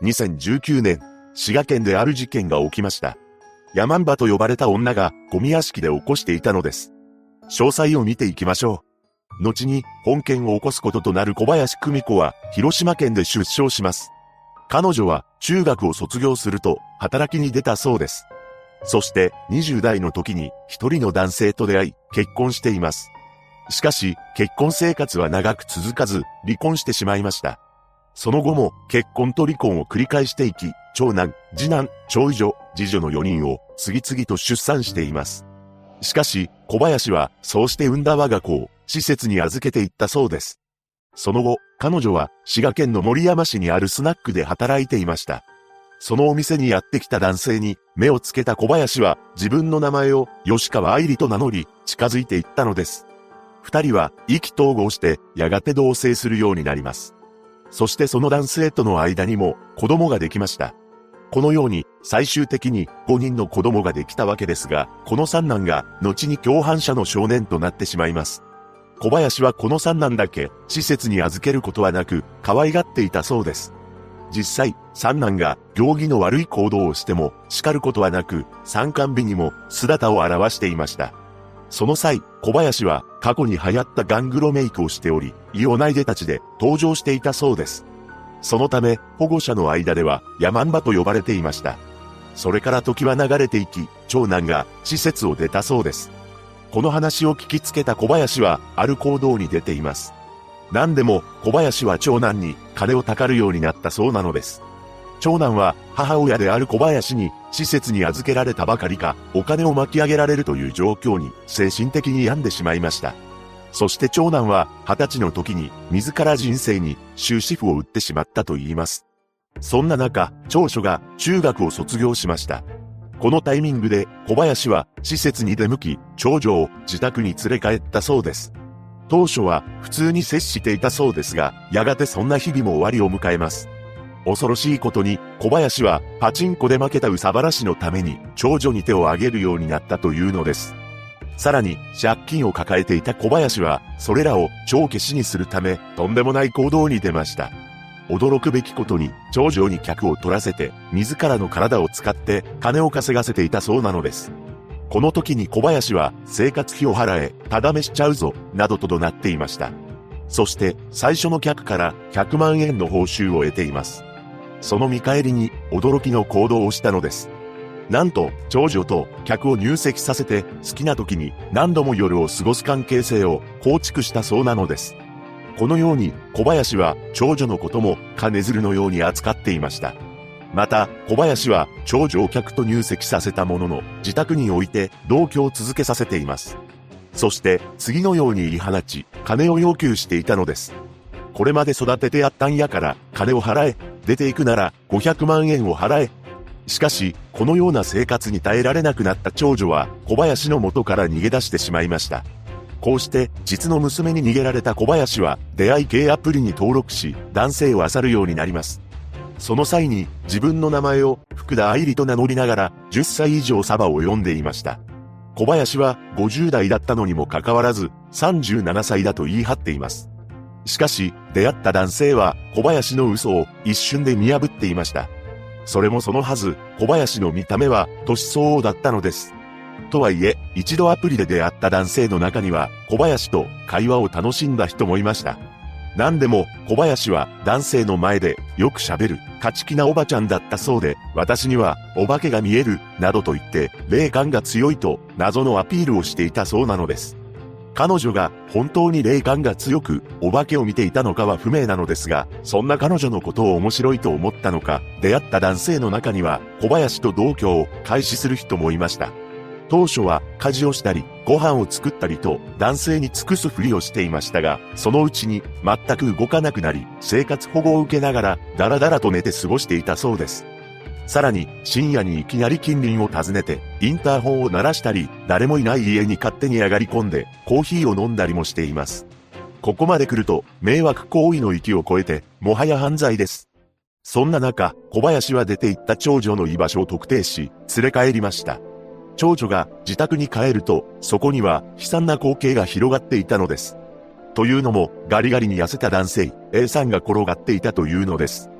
2019年、滋賀県である事件が起きました。ヤマンバと呼ばれた女がゴミ屋敷で起こしていたのです。詳細を見ていきましょう。後に本件を起こすこととなる小林久美子は広島県で出生します。彼女は中学を卒業すると働きに出たそうです。そして20代の時に一人の男性と出会い結婚しています。しかし結婚生活は長く続かず離婚してしまいました。その後も結婚と離婚を繰り返していき、長男、次男、長女、次女の4人を次々と出産しています。しかし小林はそうして産んだ我が子を施設に預けていったそうです。その後、彼女は滋賀県の守山市にあるスナックで働いていました。そのお店にやってきた男性に目をつけた小林は自分の名前を吉川愛理と名乗り近づいていったのです。二人は意気投合してやがて同棲するようになります。そしてその男性との間にも子供ができました。このように最終的に5人の子供ができたわけですが、この三男が後に共犯者の少年となってしまいます。小林はこの三男だけ施設に預けることはなく可愛がっていたそうです。実際、三男が行儀の悪い行動をしても叱ることはなく、参観日にも姿を現していました。その際、小林は過去に流行ったガングロメイクをしており、家をないでたちで登場していたそうです。そのため、保護者の間ではヤマンバと呼ばれていました。それから時は流れていき、長男が施設を出たそうです。この話を聞きつけた小林はある行動に出ています。何でも小林は長男に金をたかるようになったそうなのです。長男は母親である小林に施設に預けられたばかりかお金を巻き上げられるという状況に精神的に病んでしまいました。そして長男は20歳の時に自ら人生に終止符を打ってしまったと言います。そんな中、長女が中学を卒業しました。このタイミングで小林は施設に出向き、長女を自宅に連れ帰ったそうです。当初は普通に接していたそうですが、やがてそんな日々も終わりを迎えます。恐ろしいことに小林はパチンコで負けた憂さ晴らしのために長女に手を挙げるようになったというのです。さらに借金を抱えていた小林はそれらを帳消しにするためとんでもない行動に出ました。驚くべきことに長女に客を取らせて自らの体を使って金を稼がせていたそうなのです。この時に小林は生活費を払え、ただめしちゃうぞ、などと怒鳴っていました。そして最初の客から100万円の報酬を得ています。その見返りに驚きの行動をしたのです。なんと長女と客を入籍させて好きな時に何度も夜を過ごす関係性を構築したそうなのです。このように小林は長女のことも金づるのように扱っていました。また小林は長女を客と入籍させたものの自宅に置いて同居を続けさせています。そして次のように言い放ち金を要求していたのです。これまで育ててやったんやから金を払え、出ていくなら500万円を払え。しかしこのような生活に耐えられなくなった長女は小林の元から逃げ出してしまいました。こうして実の娘に逃げられた小林は出会い系アプリに登録し男性を漁るようになります。その際に自分の名前を福田愛理と名乗りながら10歳以上サバを読んでいました。小林は50代だったのにもかかわらず37歳だと言い張っています。しかし出会った男性は小林の嘘を一瞬で見破っていました。それもそのはず、小林の見た目は年相応だったのです。とはいえ、一度アプリで出会った男性の中には小林と会話を楽しんだ人もいました。何でも小林は男性の前でよく喋る勝ち気なおばちゃんだったそうで、私にはお化けが見えるなどと言って霊感が強いと謎のアピールをしていたそうなのです。彼女が本当に霊感が強くお化けを見ていたのかは不明なのですが、そんな彼女のことを面白いと思ったのか、出会った男性の中には小林と同居を開始する人もいました。当初は家事をしたりご飯を作ったりと男性に尽くすふりをしていましたが、そのうちに全く動かなくなり生活保護を受けながらだらだらと寝て過ごしていたそうです。さらに深夜にいきなり近隣を訪ねてインターホンを鳴らしたり、誰もいない家に勝手に上がり込んでコーヒーを飲んだりもしています。ここまで来ると迷惑行為の域を超えてもはや犯罪です。そんな中、小林は出て行った長女の居場所を特定し連れ帰りました。長女が自宅に帰るとそこには悲惨な光景が広がっていたのです。というのもガリガリに痩せた男性 A さんが転がっていたというのです。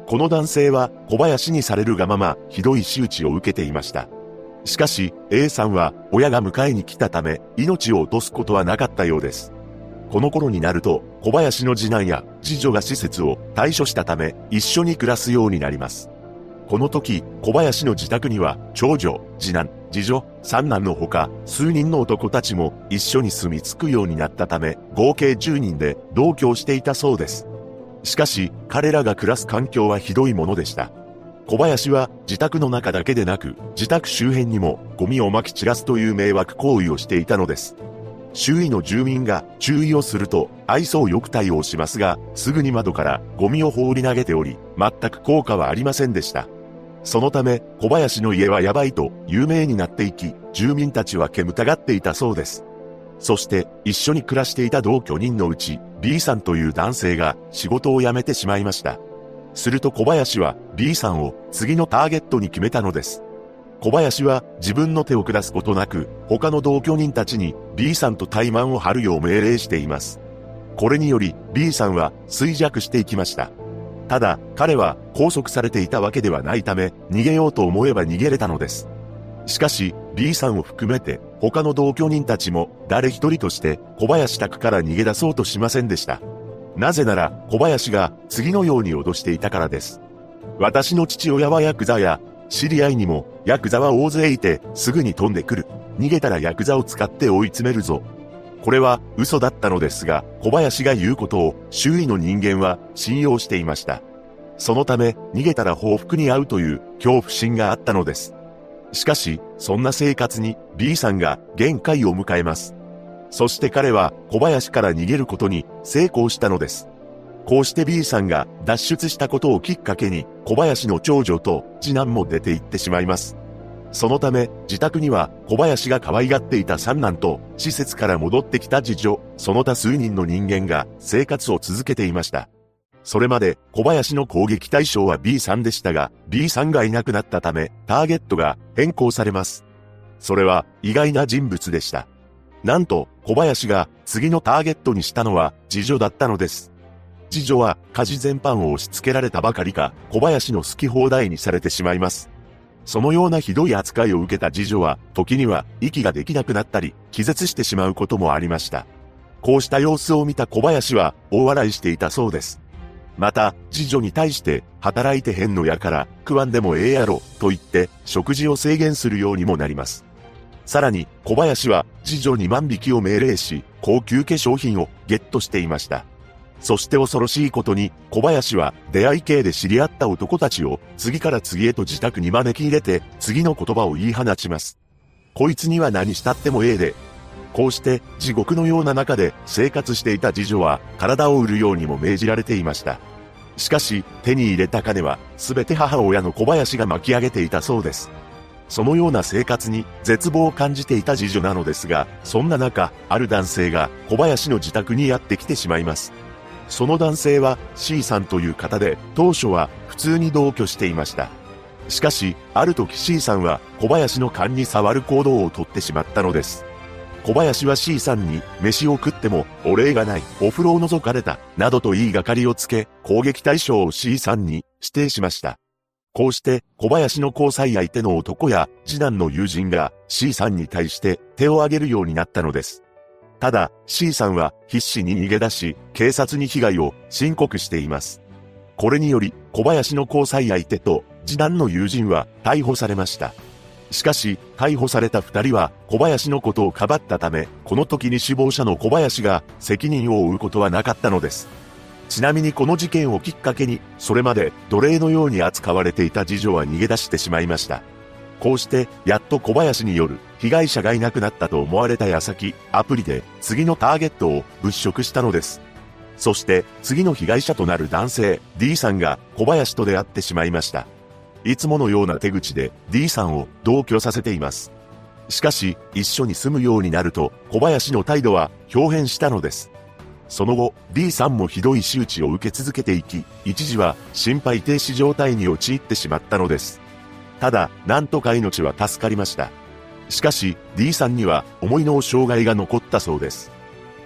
この男性は小林にされるがままひどい仕打ちを受けていました。しかし A さんは親が迎えに来たため命を落とすことはなかったようです。この頃になると小林の次男や次女が施設を退所したため一緒に暮らすようになります。この時小林の自宅には長女、次男、次女、三男のほか数人の男たちも一緒に住み着くようになったため合計10人で同居していたそうです。しかし彼らが暮らす環境はひどいものでした。小林は自宅の中だけでなく自宅周辺にもゴミを撒き散らすという迷惑行為をしていたのです。周囲の住民が注意をすると愛想よく対応しますが、すぐに窓からゴミを放り投げており、全く効果はありませんでした。そのため小林の家はやばいと有名になっていき、住民たちは煙たがっていたそうです。そして一緒に暮らしていた同居人のうち B さんという男性が仕事を辞めてしまいました。すると小林は B さんを次のターゲットに決めたのです。小林は自分の手を下すことなく他の同居人たちに B さんと怠慢を張るよう命令しています。これにより B さんは衰弱していきました。ただ彼は拘束されていたわけではないため逃げようと思えば逃げれたのです。しかし B さんを含めて他の同居人たちも誰一人として小林宅から逃げ出そうとしませんでした。なぜなら小林が次のように脅していたからです。私の父親はヤクザや、知り合いにもヤクザは大勢いてすぐに飛んでくる。逃げたらヤクザを使って追い詰めるぞ。これは嘘だったのですが、小林が言うことを周囲の人間は信用していました。そのため逃げたら報復に遭うという恐怖心があったのです。しかし、そんな生活に B さんが限界を迎えます。そして彼は小林から逃げることに成功したのです。こうして B さんが脱出したことをきっかけに小林の長女と次男も出て行ってしまいます。そのため自宅には小林が可愛がっていた三男と施設から戻ってきた次女、その他数人の人間が生活を続けていました。それまで小林の攻撃対象は B さんでしたが B さんがいなくなったためターゲットが変更されます。それは意外な人物でした。なんと小林が次のターゲットにしたのは次女だったのです。次女は家事全般を押し付けられたばかりか小林の好き放題にされてしまいます。そのようなひどい扱いを受けた次女は時には息ができなくなったり気絶してしまうこともありました。こうした様子を見た小林は大笑いしていたそうです。また次女に対して働いてへんのやから食わんでもええやろと言って食事を制限するようにもなります。さらに小林は次女に万引きを命令し高級化粧品をゲットしていました。そして恐ろしいことに小林は出会い系で知り合った男たちを次から次へと自宅に招き入れて次の言葉を言い放ちます。こいつには何したってもええで。こうして地獄のような中で生活していた次女は体を売るようにも命じられていました。しかし手に入れた金は全て母親の小林が巻き上げていたそうです。そのような生活に絶望を感じていた次女なのですが、そんな中、ある男性が小林の自宅にやってきてしまいます。その男性は C さんという方で、当初は普通に同居していました。しかし、ある時 C さんは小林の勘に触る行動をとってしまったのです。小林は C さんに飯を食ってもお礼がない、お風呂を覗かれた、などと言いがかりをつけ、攻撃対象を C さんに指定しました。こうして小林の交際相手の男や次男の友人が C さんに対して手を挙げるようになったのです。ただ C さんは必死に逃げ出し警察に被害を申告しています。これにより小林の交際相手と次男の友人は逮捕されました。しかし逮捕された二人は小林のことをかばったため、この時に首謀者の小林が責任を負うことはなかったのです。ちなみにこの事件をきっかけに、それまで奴隷のように扱われていた次女は逃げ出してしまいました。こうして、やっと小林による被害者がいなくなったと思われた矢先、アプリで次のターゲットを物色したのです。そして、次の被害者となる男性 D さんが小林と出会ってしまいました。いつものような手口で D さんを同居させています。しかし、一緒に住むようになると、小林の態度は表変したのです。その後、D さんもひどい仕打ちを受け続けていき、一時は心肺停止状態に陥ってしまったのです。ただ、なんとか命は助かりました。しかし、D さんには思いの障害が残ったそうです。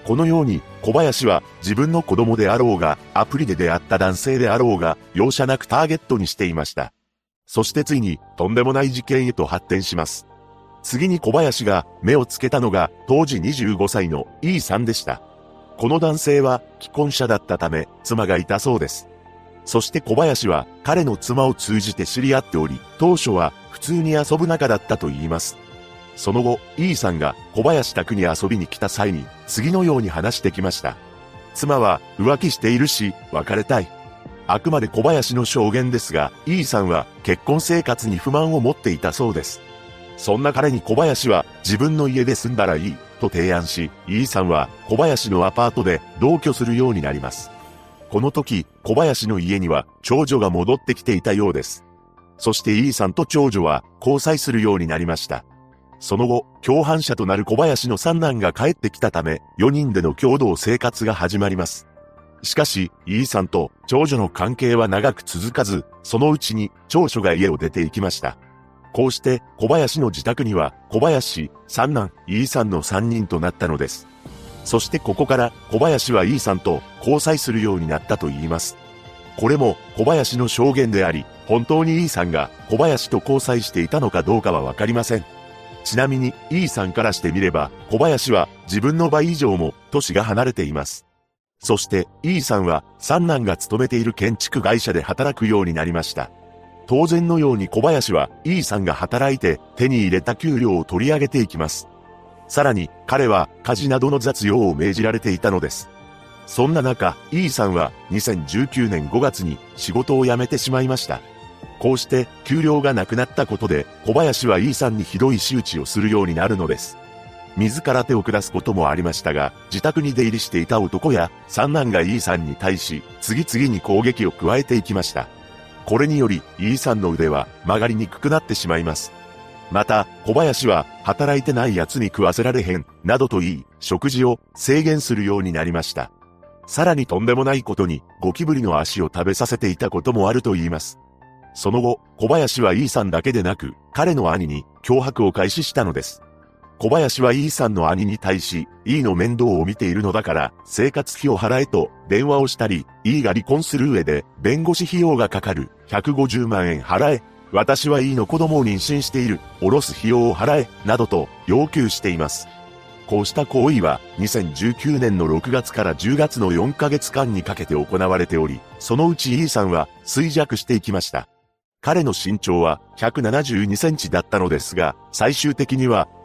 このように小林は自分の子供であろうが、アプリで出会った男性であろうが、容赦なくターゲットにしていました。そしてついにとんでもない事件へと発展します。次に小林が目をつけたのが当時25歳の E さんでした。この男性は既婚者だったため妻がいたそうです。そして小林は彼の妻を通じて知り合っており、当初は普通に遊ぶ仲だったと言います。その後、E さんが小林宅に遊びに来た際に次のように話してきました。妻は浮気しているし、別れたい。あくまで小林の証言ですが、E さんは結婚生活に不満を持っていたそうです。そんな彼に小林は自分の家で住んだらいいと提案し、E さんは小林のアパートで同居するようになります。この時、小林の家には長女が戻ってきていたようです。そして E さんと長女は交際するようになりました。その後、共犯者となる小林の三男が帰ってきたため、4人での共同生活が始まります。しかし、E さんと長女の関係は長く続かず、そのうちに長女が家を出て行きました。こうして小林の自宅には小林、三男、E さんの3人となったのです。そしてここから小林は E さんと交際するようになったと言います。これも小林の証言であり、本当に E さんが小林と交際していたのかどうかはわかりません。ちなみに E さんからしてみれば小林は自分の倍以上も年が離れています。そして E さんは三男が勤めている建築会社で働くようになりました。当然のように小林は E さんが働いて手に入れた給料を取り上げていきます。さらに彼は家事などの雑用を命じられていたのです。そんな中 E さんは2019年5月に仕事を辞めてしまいました。こうして給料がなくなったことで小林は E さんにひどい仕打ちをするようになるのです。自ら手を下すこともありましたが、自宅に出入りしていた男や三男が E さんに対し次々に攻撃を加えていきました。これにより E さんの腕は曲がりにくくなってしまいます。また小林は働いてない奴に食わせられへんなどと言い、食事を制限するようになりました。さらにとんでもないことにゴキブリの足を食べさせていたこともあると言います。その後、小林は E さんだけでなく彼の兄に脅迫を開始したのです。小林は E さんの兄に対し、E の面倒を見ているのだから生活費を払えと電話をしたり、E が離婚する上で弁護士費用がかかる150万円払え、私は E の子供を妊娠している、下ろす費用を払え、などと要求しています。こうした行為は2019年の6月から10月の4ヶ月間にかけて行われており、そのうち E さんは衰弱していきました。彼の身長は172センチだったのですが、最終的には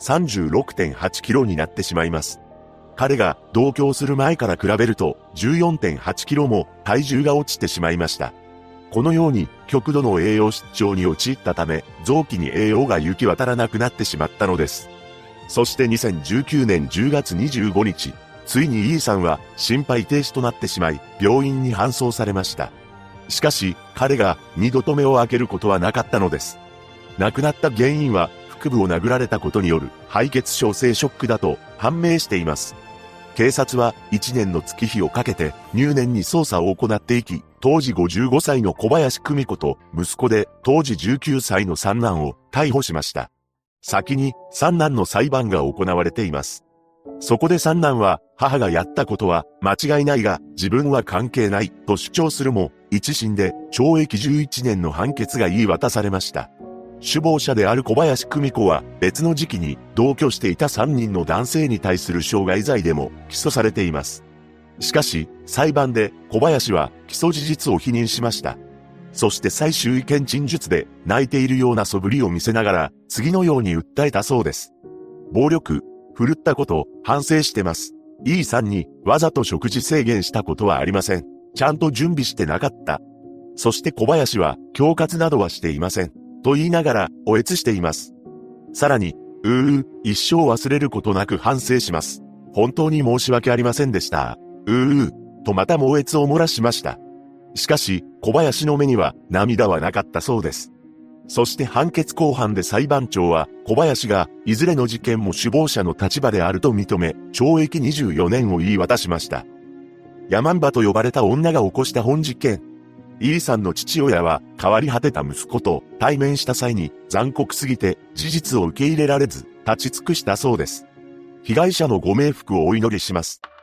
36.8 キロになってしまいます。彼が同居する前から比べると 14.8 キロも体重が落ちてしまいました。このように極度の栄養失調に陥ったため、臓器に栄養が行き渡らなくなってしまったのです。そして2019年10月25日、ついに E さんは心肺停止となってしまい、病院に搬送されました。しかし、彼が二度と目を開けることはなかったのです。亡くなった原因は、腹部を殴られたことによる敗血症性ショックだと判明しています。警察は1年の月日をかけて入念に捜査を行っていき、当時55歳の小林久美子と息子で当時19歳の三男を逮捕しました。先に三男の裁判が行われています。そこで三男は母がやったことは間違いないが自分は関係ないと主張するも一審で懲役11年の判決が言い渡されました。首謀者である小林久美子は別の時期に同居していた3人の男性に対する傷害罪でも起訴されています。しかし裁判で小林は起訴事実を否認しました。そして最終意見陳述で泣いているような素振りを見せながら次のように訴えたそうです。暴力、振るったこと、反省してます。E さんにわざと食事制限したことはありません。ちゃんと準備してなかった。そして小林は恐喝などはしていません。と言いながら、おえつしています。さらに、一生忘れることなく反省します。本当に申し訳ありませんでした。とまたもおえつを漏らしました。しかし、小林の目には涙はなかったそうです。そして判決公判で裁判長は、小林がいずれの事件も首謀者の立場であると認め、懲役24年を言い渡しました。ヤマンバと呼ばれた女が起こした本事件。E さんの父親は変わり果てた息子と対面した際に残酷すぎて事実を受け入れられず立ち尽くしたそうです。被害者のご冥福をお祈りします。